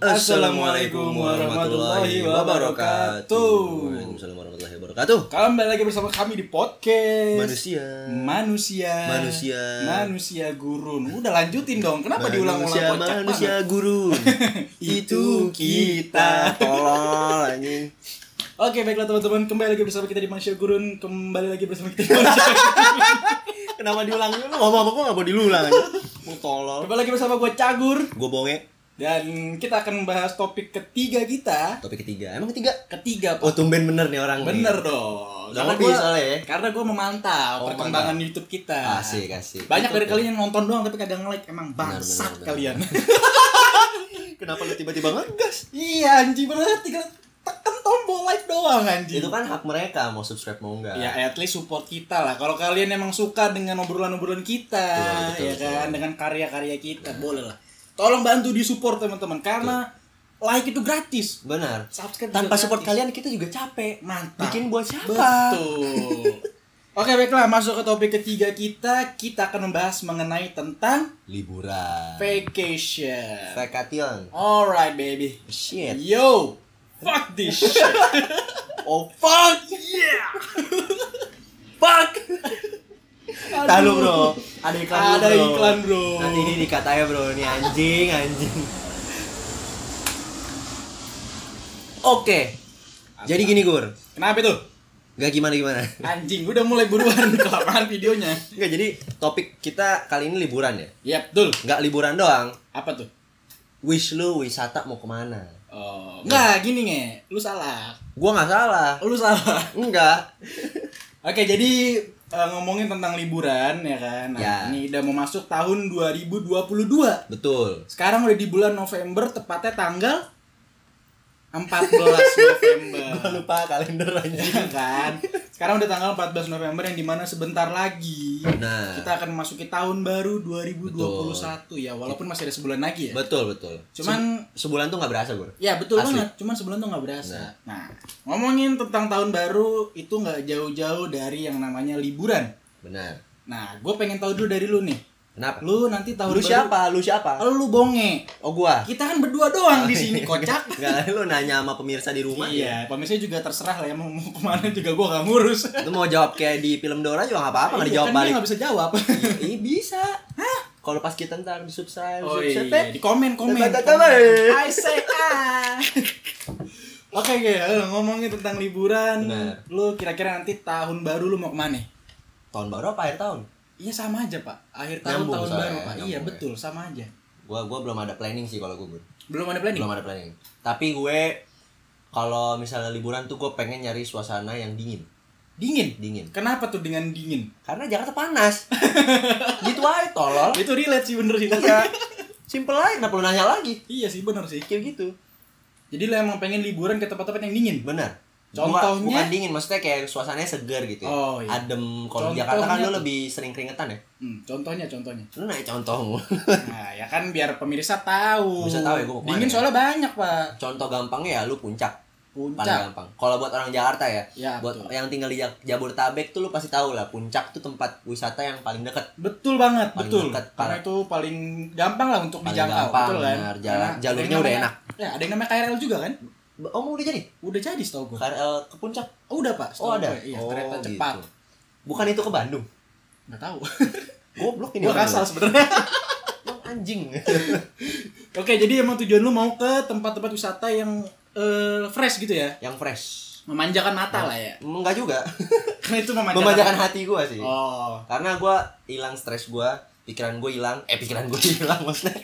Assalamualaikum warahmatullahi wabarakatuh. Waalaikumsalam warahmatullahi wabarakatuh. Kembali lagi bersama kami di podcast Manusia Gurun. Udah lanjutin dong. Kenapa diulang-ulang kocak Manusia Gurun. Itu kita. Tolol anjing. Oke, baiklah teman-teman, kembali lagi bersama kita di Manusia Gurun. Kenapa diulang? Lu ngomong apa kok enggak mau diulang aja. Mau tolol. Kembali lagi bersama gue Cagur. Gue Bonge. Dan kita akan membahas topik ketiga kita. Topik ketiga. Emang ketiga? Ketiga, Pak. Oh, tumben bener nih orang. Bener dong. Karena gue memantau perkembangan YouTube kita. Asik. Banyak dari kalian yang nonton doang tapi kadang nge-like. Emang bangsat kalian. Kenapa lu tiba-tiba ngegas? Iya, anjing berarti kan tekan tombol like doang anjing. Itu kan hak mereka mau subscribe mau enggak. Ya at least support kita lah. Kalau kalian emang suka dengan obrolan-obrolan kita, betul, kan, dengan karya-karya kita, boleh lah. Tolong bantu di support teman-teman karena like itu gratis. Benar. Subscribe tanpa support gratis. Kalian kita juga capek. Mantap. Bikin buat siapa? Betul. Oke, baiklah, masuk ke topik ketiga kita. Kita akan membahas mengenai tentang liburan. Vacation. Alright, baby. Shit. Yo. Fuck this shit. Oh fuck yeah. Fuck. Tahu bro. Ada iklan bro. Nanti ini dikatanya bro, ini anjing. Oke. Jadi gini Gur. Kenapa itu? Gak gimana. Anjing, udah mulai buruan kelamaan videonya. Enggak, jadi topik kita kali ini liburan ya? Iya, betul. Enggak liburan doang. Apa tuh? Wish lu wisata mau kemana? Oh, enggak, gini nge. Lu salah. Gua enggak salah. Lu salah. Enggak. Oke, jadi ngomongin tentang liburan ya kan. Nah, ya. Ini udah mau masuk tahun 2022. Betul. Sekarang udah di bulan November, tepatnya tanggal 14 November. Gua lupa kalender aja. Ya kan. Sekarang udah tanggal 14 November yang dimana sebentar lagi kita akan memasuki tahun baru 2021. Betul. Ya, walaupun masih ada sebulan lagi ya. Betul. Cuman sebulan tuh nggak berasa Bro. Ya betul banget. Cuman sebulan tuh nggak berasa. Nah, ngomongin tentang tahun baru itu nggak jauh-jauh dari yang namanya liburan. Benar. Nah, gue pengen tahu dulu dari lu nih. Kenapa? Lu nanti tahun baru. Lu siapa? Lu Bonge. Oh gua. Kita kan berdua doang di sini, kocak. Enggak, lu nanya sama pemirsa di rumah. Iya, pemirsa juga terserah lah ya mau kemana juga gua gak ngurus. Lu mau jawab kayak di film Dora juga enggak apa-apa, enggak dijawab kan balik. Kan enggak bisa jawab. Iya, bisa. Hah? Kalau pas kita ntar di-subscribe, di komen. I say Oke, ngomongin tentang liburan. Lu kira-kira nanti tahun baru lu mau kemana? Tahun baru apa akhir tahun? Iya sama aja Pak, akhir tahun baru Pak. Iya betul, sama aja. Gua belum ada planning sih kalau gue. Belum ada planning. Tapi gue kalau misalnya liburan tuh gue pengen nyari suasana yang dingin. Dingin. Kenapa tuh dengan dingin? Karena Jakarta panas. Gitu aja tolol. Itu relate sih bener sih. Iya. Simple aja, kenapa lu nanya lagi? Iya sih bener sih. Kayak gitu. Jadi lu emang pengen liburan ke tempat-tempat yang dingin? Benar. Contohnya bukan dingin, maksudnya kayak suasananya segar gitu ya. Oh, iya. Adem. Kalau di Jakarta kan lu lebih sering keringetan ya. Contohnya. Lu nanya contohmu. Nah, ya kan biar pemirsa tahu. Bisa tahu ya gua mau kemana. Dingin soalnya banyak, Pak. Contoh gampangnya ya lu puncak. Paling gampang. Kalau buat orang Jakarta ya, buat betul. Yang tinggal di Jabodetabek tuh lu pasti tahu lah, puncak tuh tempat wisata yang paling dekat. Betul banget, betul. Karena itu paling gampang lah untuk dijangkau, betul kan? Jalurnya udah enak. Ya, ada yang namanya KRL juga kan? Oh, udah jadi? Udah jadi setahu gue. KRL ke puncak? Oh, udah Pak. Oh, ada. Iya, kereta cepat. Gitu. Bukan itu ke Bandung? Nggak tahu. Goblok ini. Gua kasar sebenarnya. Anjing. Oke, jadi emang tujuan lu mau ke tempat-tempat wisata yang fresh gitu ya? Yang fresh. Memanjakan mata lah ya? Enggak juga. Karena itu memanjakan hati gue sih. Oh. Karena gue hilang stres gue, pikiran gue hilang maksudnya.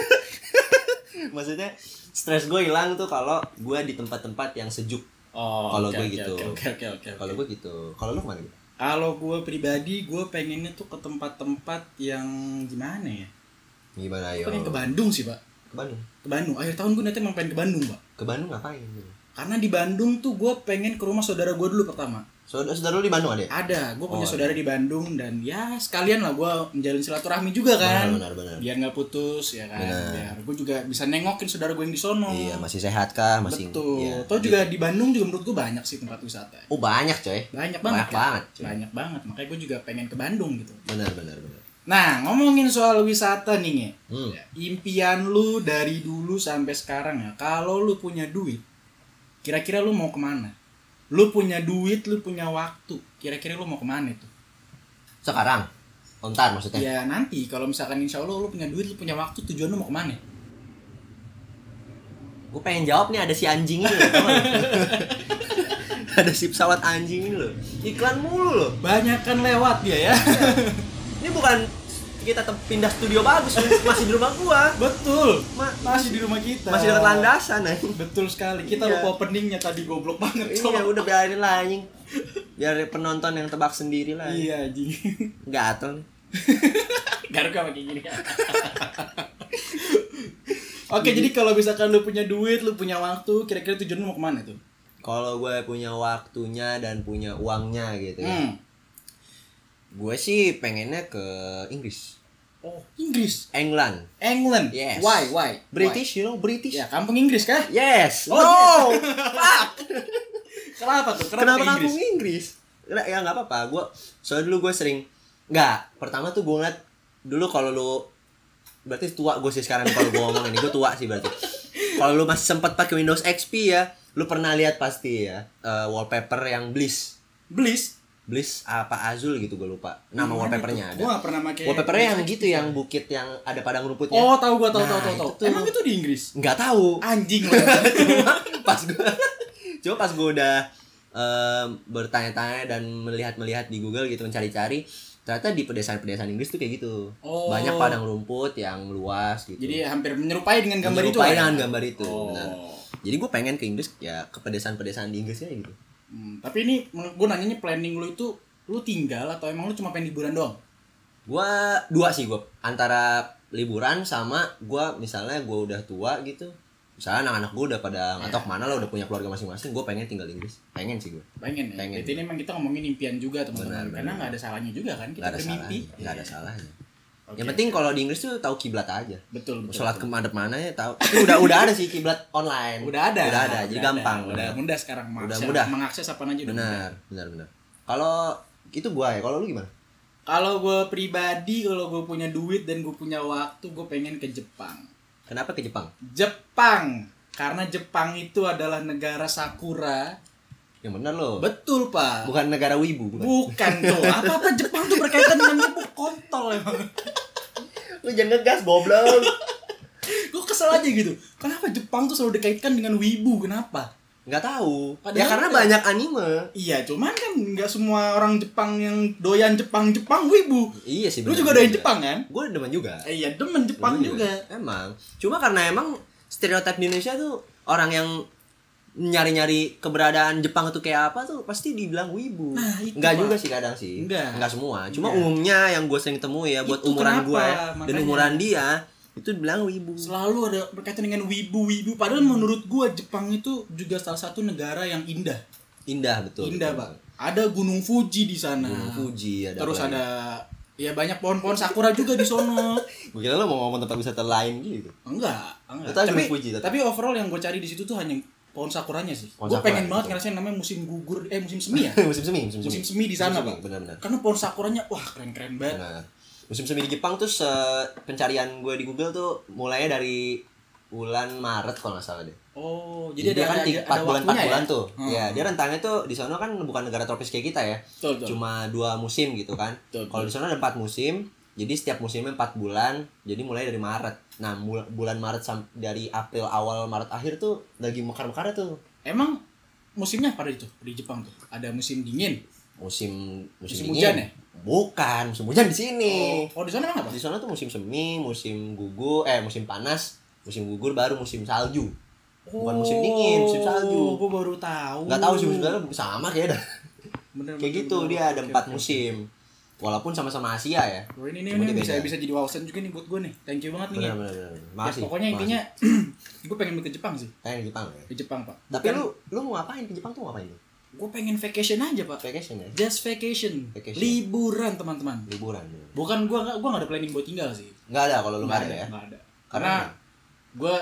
Maksudnya stres gue hilang tuh kalau gue di tempat-tempat yang sejuk. Oh. Kalau gue gitu. Oke. Kalau gue gitu. Kalau lu kemana? Kalau gue pribadi, gue pengennya tuh ke tempat-tempat yang gimana ya? Gimana ya? Pengen ke Bandung sih Pak. Ke Bandung. Akhir tahun gue nanti emang pengen ke Bandung Pak. Ke Bandung ngapain? Karena di Bandung tuh gue pengen ke rumah saudara gue dulu pertama. Saudara lu di Bandung ada? Ada, gue punya saudara di Bandung dan ya sekalian lah gue menjalin silaturahmi juga kan. Benar. Biar nggak putus ya kan. Biar gue juga bisa nengokin saudara gue yang di sono. Iya, masih sehat kah? Masih. Betul. Iya. Toh juga di Bandung juga menurut gue banyak sih tempat wisata. Oh banyak coy. Banyak banget. Makanya gue juga pengen ke Bandung gitu. Benar. Nah, ngomongin soal wisata nih, impian lu dari dulu sampai sekarang ya, kalau lu punya duit, kira-kira lu mau kemana? Lu punya duit, lu punya waktu, kira-kira lu mau kemana tuh? Sekarang? Ntar maksudnya? Ya nanti, kalau misalkan insya Allah lu punya duit, lu punya waktu, tujuan lu mau kemana? Gue pengen jawab nih, ada si anjing ini loh. Ada si pesawat anjing ini loh. Iklan mulu loh. Banyakan lewat dia ya. Ini bukan kita pindah studio bagus, masih di rumah gua. Betul. Masih di rumah kita. Masih dekat landasan nih. Betul sekali. Kita lupa openingnya tadi, goblok banget. Iya, udah biarin lah anjing. Biar penonton yang tebak sendiri lah. Iya anjing. Gatel nih. Garuk sama kayak gini. Oke, jadi kalau misalkan lu punya duit, lu punya waktu, kira-kira tujuan lu mau kemana tuh? Kalau gue punya waktunya dan punya uangnya gitu ya. Gue sih pengennya ke Inggris. Oh, Inggris. England. Yes. Why? British, you know, British. Ya, kampung Inggris kah? Yes. Oh, no. Fuck. Kenapa tuh? Kenapa kampung Inggris? Ya nggak apa-apa. Soalnya dulu gue sering. Nggak. Pertama tuh gue ngeliat dulu kalau lu berarti tua gue sih sekarang kalau gue ngomong ini, gue tua sih berarti. Kalau lu masih sempat pakai Windows XP ya, lu pernah lihat pasti ya wallpaper yang Bliss apa Azul gitu, gue lupa nama wallpapernya. Ada gue gak pernah pakai wallpapernya yang gitu, yang bukit yang ada padang rumputnya. Oh, tahu gue. Emang itu di Inggris? Nggak tahu, anjing. Cuma pas gue udah bertanya-tanya dan melihat di Google gitu, mencari-cari, ternyata di pedesaan Inggris tuh kayak gitu. Banyak padang rumput yang luas gitu. Jadi hampir menyerupai dengan gambar itu. Gambar itu. Benar. Jadi gue pengen ke Inggris ya, ke pedesaan di Inggrisnya gitu. Tapi ini gue nanyanya, planning lu itu lu tinggal atau emang lu cuma pengen liburan doang? Gua dua sih, gue antara liburan sama gue misalnya gue udah tua gitu, misalnya anak-anak gue udah pada nggak tahu kemana lah, udah punya keluarga masing-masing, gue pengen tinggal di Inggris. Pengen sih gue. Pengen. Jadi ini memang kita ngomongin impian juga teman-teman, karena nggak ada salahnya juga kan kita bermimpi. Nggak ada salahnya. Yang penting kalau di Inggris tuh tahu kiblat aja. Betul. Sholat ke madhep mana ya tahu. Tapi udah ada sih kiblat online. Udah ada. Jadi gampang. Udah mudah sekarang. Udah mudah mengakses apa aja. Benar. Kalau itu gua ya, kalau lu gimana? Kalau gua pribadi, kalau gua punya duit dan gua punya waktu, gua pengen ke Jepang. Kenapa ke Jepang? Karena Jepang itu adalah negara sakura. Yang benar loh. Betul, Pak. Bukan negara wibu, Bukan tuh. Apa Jepang tuh berkaitan dengan wibu, kontol emang. Lu jangan ngegas, goblok. Gue kesel aja gitu. Kenapa Jepang tuh selalu dikaitkan dengan wibu? Kenapa? Nggak tahu. Padahal ya karena banyak anime. Iya, cuman kan nggak semua orang Jepang yang doyan Jepang wibu. Iya sih. Lu juga doyan Jepang kan? Gue demen juga. Iya, demen Jepang juga. Emang. Cuma karena emang stereotip di Indonesia tuh orang yang nyari-nyari keberadaan Jepang itu kayak apa tuh pasti dibilang wibu. Nah, itu enggak juga sih kadang sih. Enggak semua. Cuma umumnya yang gue sering temui ya buat itu umuran gue dan umuran dia itu dibilang wibu. Selalu ada berkaitan dengan wibu. Padahal menurut gue Jepang itu juga salah satu negara yang indah. Betul. Indah, Pak. Ada Gunung Fuji di sana. Terus ada ya banyak pohon-pohon sakura juga di sono. Gue kira lo mau ngomong tempat wisata lain gitu. Enggak. Tapi overall yang gue cari di situ tuh hanya pohon sakuranya sih. Gue pengen banget ngerasain namanya musim gugur, musim semi ya. musim semi di sana, Pak. Benar. Karena pohon sakuranya wah keren banget. Benar. Musim semi di Jepang tuh pencarian gue di Google tuh mulainya dari bulan Maret kalau nggak salah deh. Oh, jadi dia kan 4 bulan ya? tuh. Ya, dia rentangnya tuh di sana kan bukan negara tropis kayak kita ya. Betul. Cuma 2 musim gitu kan. Kalau di sana ada 4 musim. Jadi setiap musimnya 4 bulan. Jadi mulai dari Maret. Nah, bulan Maret dari April awal Maret akhir tuh lagi mekar-mekarnya tuh. Emang musimnya pada itu di Jepang tuh? Ada musim dingin. Musim dingin. Hujan ya? Bukan, musim hujan di sini. Oh, di sana emang apa? Di sana tuh musim semi, musim musim panas, musim gugur, baru musim salju. Bukan musim dingin, musim salju. Gue baru tahu. Enggak tahu sih sebenarnya sama kayak dah. Bener, kayak gitu dia ada 4 musim. Walaupun sama-sama Asia ya. Oh, ini bisa jadi wawasan juga nih buat gue nih. Thank you banget nih. Benar. Makasih. Ya, pokoknya intinya gue pengen ke Jepang sih. Pengen ke Jepang ya? Ke Jepang, Pak. Tapi lu mau ngapain ke Jepang tuh ngapain? Gue pengen vacation aja, Pak. Vacation ya? Just vacation. Liburan, teman-teman. Liburan. Ya. Bukan gue enggak ada planning buat tinggal sih. Enggak ada kalau lu enggak ada ya? Enggak ada. Karena gue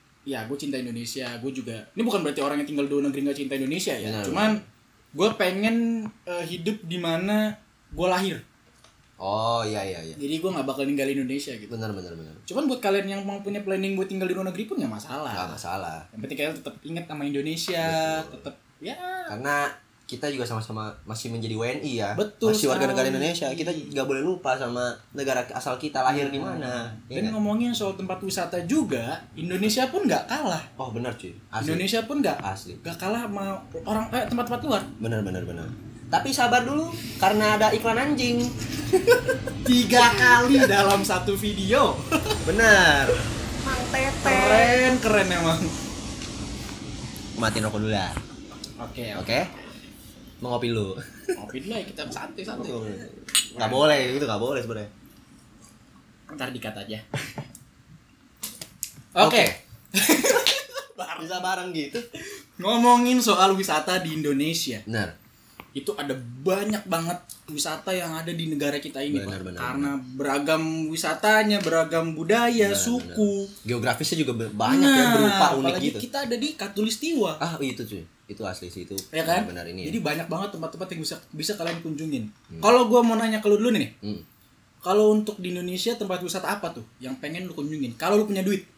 cinta Indonesia. Gue juga. Ini bukan berarti orang yang tinggal di luar negeri enggak cinta Indonesia ya. Cuman gue pengen hidup di mana gue lahir. Oh iya. Jadi gue nggak bakal ninggalin Indonesia gitu. Benar. Cuman buat kalian yang mau punya planning buat tinggal di luar negeri pun nggak masalah. Nggak masalah. Yang penting kalian tetap ingat sama Indonesia, tetap ya. Karena kita juga sama-sama masih menjadi WNI ya. Betul. Masih warga negara Indonesia. Kita nggak boleh lupa sama negara asal kita, lahir di mana. Dan ngomongin soal tempat wisata juga, Indonesia pun nggak kalah. Oh benar cuy. Asli. Indonesia pun nggak kalah sama orang tempat-tempat luar. Benar. Tapi sabar dulu karena ada iklan anjing. 3 kali dalam satu video. Benar. Mang Tete. Keren emang. Matiin rokok dulu ya. Oke. Mau ngopi lu. Ngopi dulu ya, kita santai. Nggak boleh sebenarnya. Ntar dikat aja. Oke. Bisa bareng gitu. Ngomongin soal wisata di Indonesia. Benar. Itu ada banyak banget wisata yang ada di negara kita ini, Pak. Karena beragam wisatanya, beragam budaya, suku. Geografisnya juga banyak yang berupa unik gitu. Kita ada di Katulistiwa. Itu cuy. Itu asli sih itu. Ya kan? Benar ini. Jadi banyak banget tempat-tempat yang bisa kalian kunjungin. Kalau gua mau nanya ke lu dulu nih. Kalau untuk di Indonesia tempat wisata apa tuh yang pengen lu kunjungin? Kalau lu punya duit.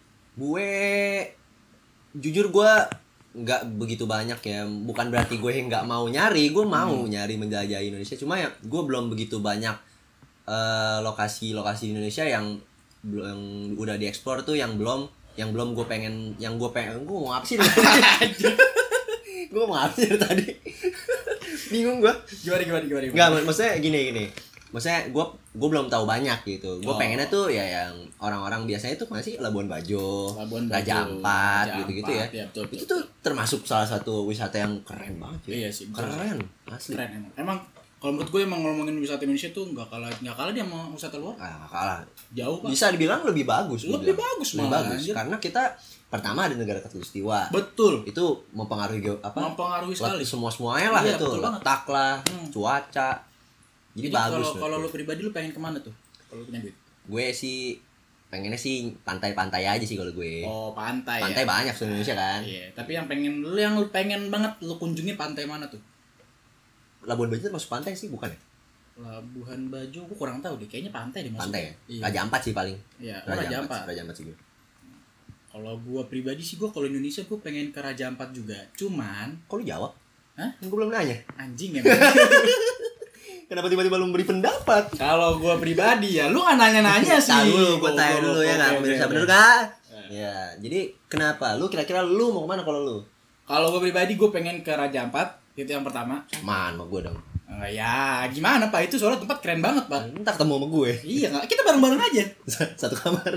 Jujur gue nggak begitu banyak ya, bukan berarti gue nggak mau nyari, gue mau nyari menjajah Indonesia, cuma ya gue belum begitu banyak lokasi-lokasi di Indonesia yang udah dieksplor tuh, yang belum gue pengen gue mau apa sih gue mau apa sih tadi bingung gue gimana nggak, maksudnya gini maksudnya gue belum tahu banyak gitu. Gue pengennya tuh ya yang orang-orang biasanya tuh masih Labuan Bajo, Raja Ampat gitu-gitu ya. Betul. Itu tuh termasuk salah satu wisata yang keren banget ya. Iya sih, keren asli. Keren emang kalau menurut gue emang ngomongin wisata Indonesia tuh nggak kalah dia sama wisata luar. Nggak kalah, jauh Pak. Bisa dibilang lebih bagus malah. Karena kita pertama ada negara Katulistiwa. Betul. Itu mempengaruhi mempengaruhi sekali semuanya lah. Itu letak lah, cuaca. Jadi bagus. Kalau lu pribadi lu pengen kemana tuh? Kalau lu punya duit? Gue sih pengennya sih pantai-pantai aja sih kalau gue. Oh, pantai ya? Banyak di Indonesia kan. Iya, tapi yang lu pengen banget lu kunjungi pantai mana tuh? Labuan Bajo masuk pantai sih bukan ya? Labuan Bajo gue kurang tahu deh, kayaknya pantai deh masuk. Pantai ya? Iya. Raja Ampat sih paling. Iya, Raja Ampat sih gue. Kalau gue pribadi sih kalau Indonesia gue pengen ke Raja Ampat juga. Cuman, kok lu jawab? Hah? Gue belum nanya. Anjing ya. Kenapa tiba-tiba lu memberi pendapat? Kalau gue pribadi ya, lu nggak nanya-nanya sih. Gue tanya dulu ya nggak, bisa bener kan? Ya, jadi kenapa? Lu kira-kira lu mau kemana kalau lu? Kalau gue pribadi gue pengen ke Raja Ampat, itu yang pertama. Man, sama gue dong. Ya, gimana Pak? Itu soalnya tempat keren banget Pak. Entar ketemu sama gue. Iya nggak? Kita bareng-bareng aja. Satu kamar.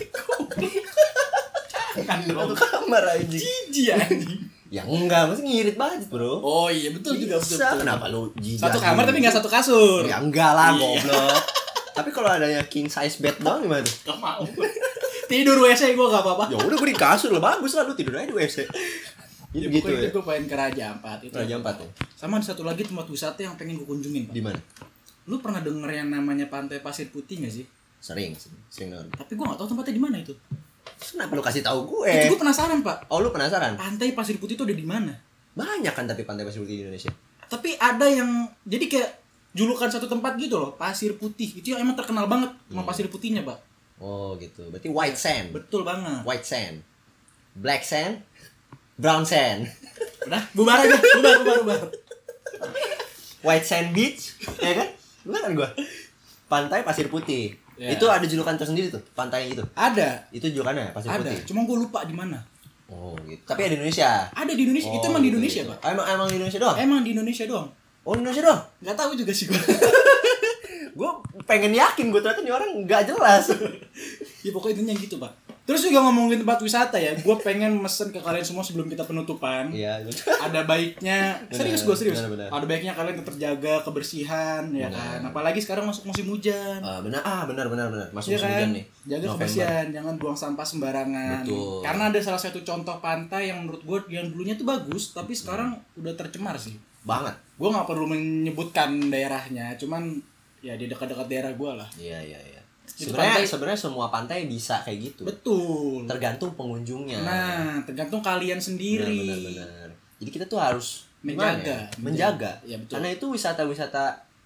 Satu kamar aja. Jijik anjing. Ya enggak, masih ngirit banget bro. Oh iya betul juga betul. Kenapa lu jijik? Satu kamar tapi nggak satu kasur. Ya enggak lah goblok. Tapi kalau adanya king size bed doang gimana? Gak mau. Tidur WC gue gak apa-apa. Ya udah gue di kasur lah, bagus lah lu tidur aja di WC. Jadi gitu ya. Gue pengen ke Raja Ampat itu. Raja Ampat ya. Sama ada satu lagi tempat wisata yang pengen gue kunjungin Pak. Di mana? Lu pernah denger yang namanya Pantai Pasir Putih gak sih? Sering denger. Tapi gue gak tahu tempatnya di mana itu. Kenapa lu kasih tahu gue? Itu gue penasaran Pak. Oh lu penasaran? Pantai Pasir Putih itu ada di mana? Banyak kan tapi pantai pasir putih di Indonesia. Tapi ada yang jadi kayak julukan satu tempat gitu loh, Pasir Putih. Itu yang emang terkenal banget sama pasir putihnya, Pak. Oh, gitu. Berarti white sand. Betul banget. White sand. Black sand. Brown sand. Udah, bubar aja. Bubar. White sand beach, ya kan? Benar kan gua? Pantai pasir putih. Yeah. Itu ada julukan tersendiri tuh, pantai itu. Ada. Itu julukannya pasir putih. Cuma gua lupa di mana. Oh gitu. Tapi ada di Indonesia. Ada di Indonesia. Itu emang di Indonesia, Pak. Emang di Indonesia doang? Emang di Indonesia doang. Oh, Indonesia doang? Enggak tahu juga sih gua. Gue pengen yakin ternyata nih orang nggak jelas. Ya pokoknya intinya gitu, Pak. Terus juga ngomongin tempat wisata ya, gue pengen mesen ke kalian semua sebelum kita penutupan. Iya. Ada baiknya, serius. Bener. Ada baiknya kalian tetap jaga kebersihan, ya kan. Apalagi sekarang masuk musim hujan. Benar. Masuk ya musim kan? hujan nih. Jaga kebersihan, jangan buang sampah sembarangan. Betul. Karena ada salah satu contoh pantai yang menurut gue yang dulunya tuh bagus, tapi sekarang udah tercemar sih. Banget. Gue nggak perlu menyebutkan daerahnya, cuman ya di dekat-dekat daerah gue lah. Iya. Sebenarnya semua pantai bisa kayak gitu. Betul. Tergantung pengunjungnya. Nah, tergantung kalian sendiri. Benar. Jadi kita tuh harus menjaga. Menjaga. Ya, betul. Karena itu wisata-wisata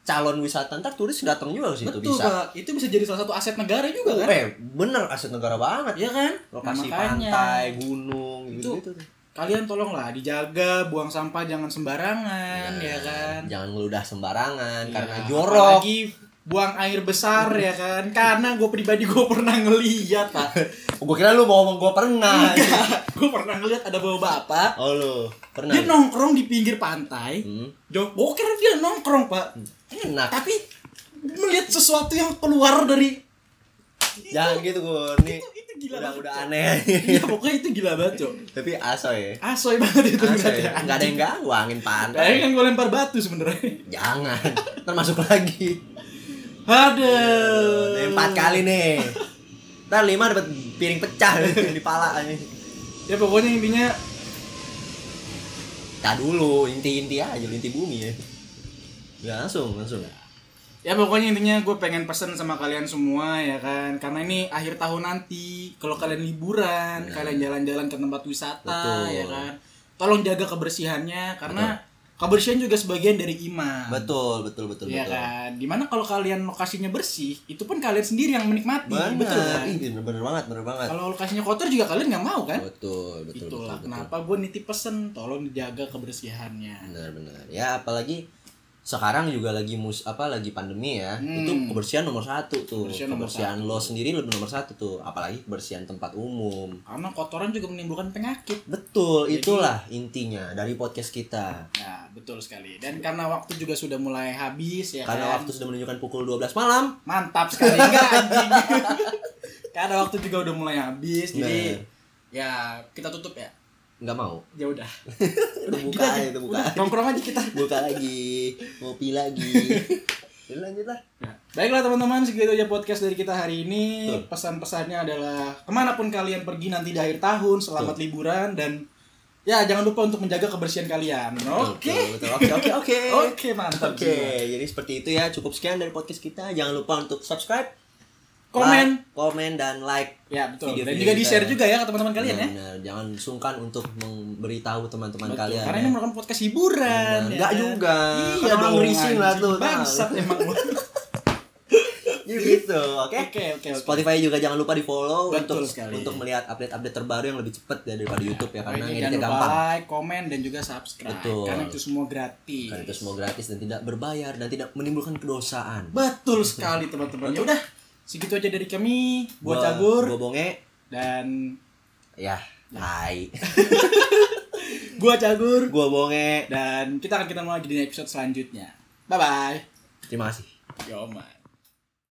calon wisata, ntar turis datang juga ke situ. Betul, bisa. Pak. Itu bisa jadi salah satu aset negara juga kan? Bener, aset negara banget. Iya kan? Lokasi Nah, makanya, pantai, gunung, itu gitu. kalian tolonglah dijaga, buang sampah jangan sembarangan, ya kan? Jangan ngeludah sembarangan Ya, karena jorok. apalagi buang air besar ya kan? Karena gue pribadi gue pernah ngeliat, Pak. Gue kira lu mau ngomong gue pernah. Gue pernah ngeliat ada bawa bapak. Oh lu pernah? Dia nongkrong di pinggir pantai. Gue kira dia nongkrong, Pak. Enak. Tapi melihat sesuatu yang keluar dari Jangan gitu Gun. Nih itu gila udah banget. aneh. Iya, pokoknya itu gila banget, Cok. Tapi asoy. Asoy banget itu. Asoy. Enggak ada yang ganggu angin Kayaknya pantai. kan gue lempar batu sebenarnya. Jangan. Ntar masuk lagi. Aduh. Udah 4 kali nih. Ntar 5 dapat piring pecah di pala nih. Ya pokoknya intinya Nah dulu inti-inti aja, inti bumi ya. Ya langsung. ya pokoknya intinya gue pengen pesen sama kalian semua ya kan, karena ini akhir tahun nanti kalau kalian liburan, kalian jalan-jalan ke tempat wisata. Betul. Ya kan, tolong jaga kebersihannya karena kebersihan juga sebagian dari iman. Betul. Ya kan, dimana kalau kalian lokasinya bersih itu pun kalian sendiri yang menikmati. Betul kan? Bener banget. Kalau lokasinya kotor juga kalian nggak mau kan? Betul. Itulah kenapa gue nitip pesen tolong dijaga kebersihannya. Benar. Ya apalagi sekarang juga lagi lagi pandemi ya. Itu kebersihan nomor 1 tuh. Kebersihan lo sendiri lebih nomor 1 tuh. Apalagi kebersihan tempat umum. Karena kotoran juga menimbulkan penyakit. Betul, itulah intinya dari podcast kita. Ya, betul sekali. Dan karena waktu juga sudah mulai habis ya Karena kan. waktu sudah menunjukkan pukul 12 malam. Mantap sekali enggak anjing. Karena waktu juga udah mulai habis. Jadi ya kita tutup ya. Nggak mau. Ya udah. Buka aja. Nongkrong aja kita. Buka lagi, ngopi lagi. Lanjut lah. Nah, baiklah teman-teman, segitu aja podcast dari kita hari ini. Pesan-pesannya adalah kemanapun kalian pergi nanti di akhir tahun, selamat liburan dan ya jangan lupa untuk menjaga kebersihan kalian. Oke. Oke, mantap. Oke, jadi seperti itu ya. Cukup sekian dari podcast kita. Jangan lupa untuk subscribe, komen dan like. Ya betul. Video Dan juga di share juga ya ke teman-teman kalian ya. Benar. Jangan sungkan untuk memberitahu teman-teman kalian. Karena ini merupakan podcast hiburan. Enggak juga. Iya orang berising lah tuh. Bangsat emang lu. Gitu. Oke. Spotify juga jangan lupa di-follow untuk melihat update-update terbaru yang lebih cepat daripada YouTube ya, karena jangan lupa gampang. like, komen dan juga subscribe. Betul. Karena itu semua gratis. Dan tidak berbayar dan tidak menimbulkan kedosaan. Betul sekali teman-teman. Ya udah, segitu aja dari kami. Gua Cagur, gua Bonge dan ya, hai. Gua Cagur, gua Bonge, dan kita akan ketemu lagi di episode selanjutnya. Bye bye. Terima kasih. Yo man.